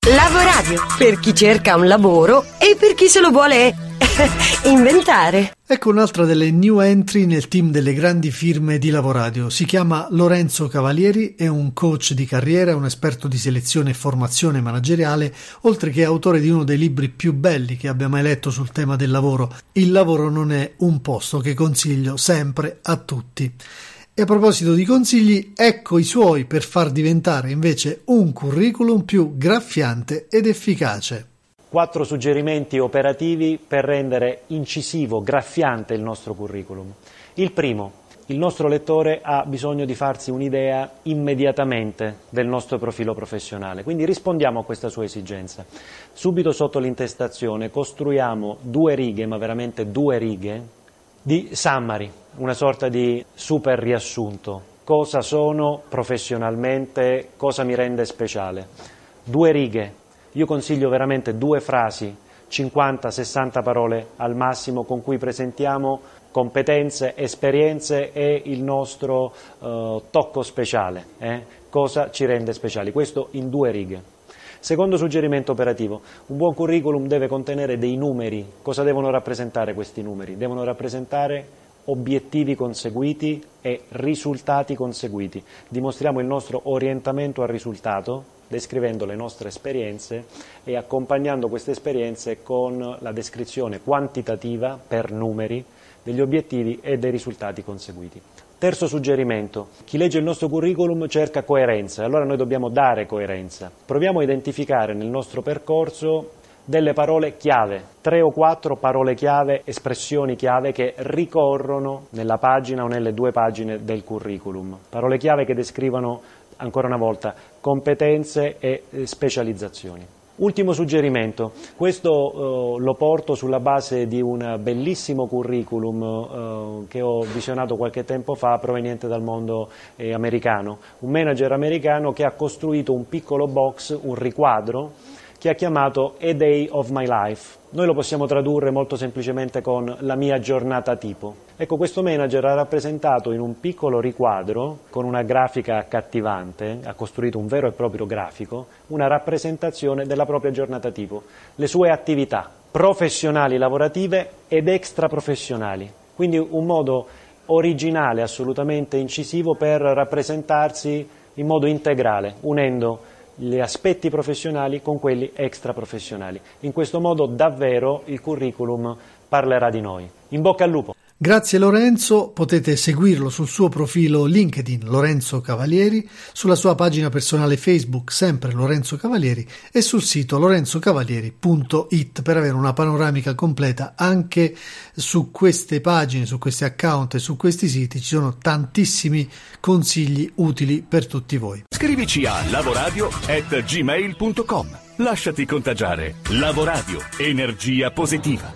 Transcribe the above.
Lavoradio, per chi cerca un lavoro e per chi se lo vuole inventare. Ecco un'altra delle new entry nel team delle grandi firme di Lavoradio. Si chiama Lorenzo Cavalieri, è un coach di carriera, un esperto di selezione e formazione manageriale, oltre che autore di uno dei libri più belli che abbia mai letto sul tema del lavoro. Il lavoro non è un posto, che consiglio sempre a tutti. E a proposito di consigli, ecco i suoi per far diventare invece un curriculum più graffiante ed efficace. 4 suggerimenti operativi per rendere incisivo, graffiante il nostro curriculum. Il primo, il nostro lettore ha bisogno di farsi un'idea immediatamente del nostro profilo professionale, quindi rispondiamo a questa sua esigenza. Subito sotto l'intestazione costruiamo 2 righe, ma veramente 2 righe, di summary, una sorta di super riassunto. Cosa sono professionalmente, cosa mi rende speciale. 2 righe, io consiglio veramente 2 frasi, 50-60 parole al massimo, con cui presentiamo competenze, esperienze e il nostro tocco speciale, cosa ci rende speciali. Questo in 2 righe. Secondo suggerimento operativo, un buon curriculum deve contenere dei numeri. Cosa devono rappresentare questi numeri? Devono rappresentare obiettivi conseguiti e risultati conseguiti. Dimostriamo il nostro orientamento al risultato, descrivendo le nostre esperienze e accompagnando queste esperienze con la descrizione quantitativa per numeri degli obiettivi e dei risultati conseguiti. Terzo suggerimento, chi legge il nostro curriculum cerca coerenza, allora noi dobbiamo dare coerenza. Proviamo a identificare nel nostro percorso delle parole chiave, 3 o 4 parole chiave, espressioni chiave che ricorrono nella pagina o nelle 2 pagine del curriculum. Parole chiave che descrivono, ancora una volta, competenze e specializzazioni. Ultimo suggerimento, questo lo porto sulla base di un bellissimo curriculum che ho visionato qualche tempo fa, proveniente dal mondo americano. Un manager americano che ha costruito un piccolo box, un riquadro, che ha chiamato A Day of My Life. Noi lo possiamo tradurre molto semplicemente con la mia giornata tipo. Ecco, questo manager ha rappresentato in un piccolo riquadro, con una grafica accattivante, ha costruito un vero e proprio grafico, una rappresentazione della propria giornata tipo, le sue attività professionali, lavorative ed extraprofessionali. Quindi un modo originale, assolutamente incisivo, per rappresentarsi in modo integrale, unendo gli aspetti professionali con quelli extraprofessionali. In questo modo davvero il curriculum parlerà di noi. In bocca al lupo! Grazie Lorenzo, potete seguirlo sul suo profilo LinkedIn Lorenzo Cavalieri, sulla sua pagina personale Facebook sempre Lorenzo Cavalieri e sul sito lorenzocavalieri.it per avere una panoramica completa. Anche su queste pagine, su questi account e su questi siti ci sono tantissimi consigli utili per tutti voi. Scrivici a lavoradio@gmail.com. Lasciati contagiare. Lavoradio, energia positiva.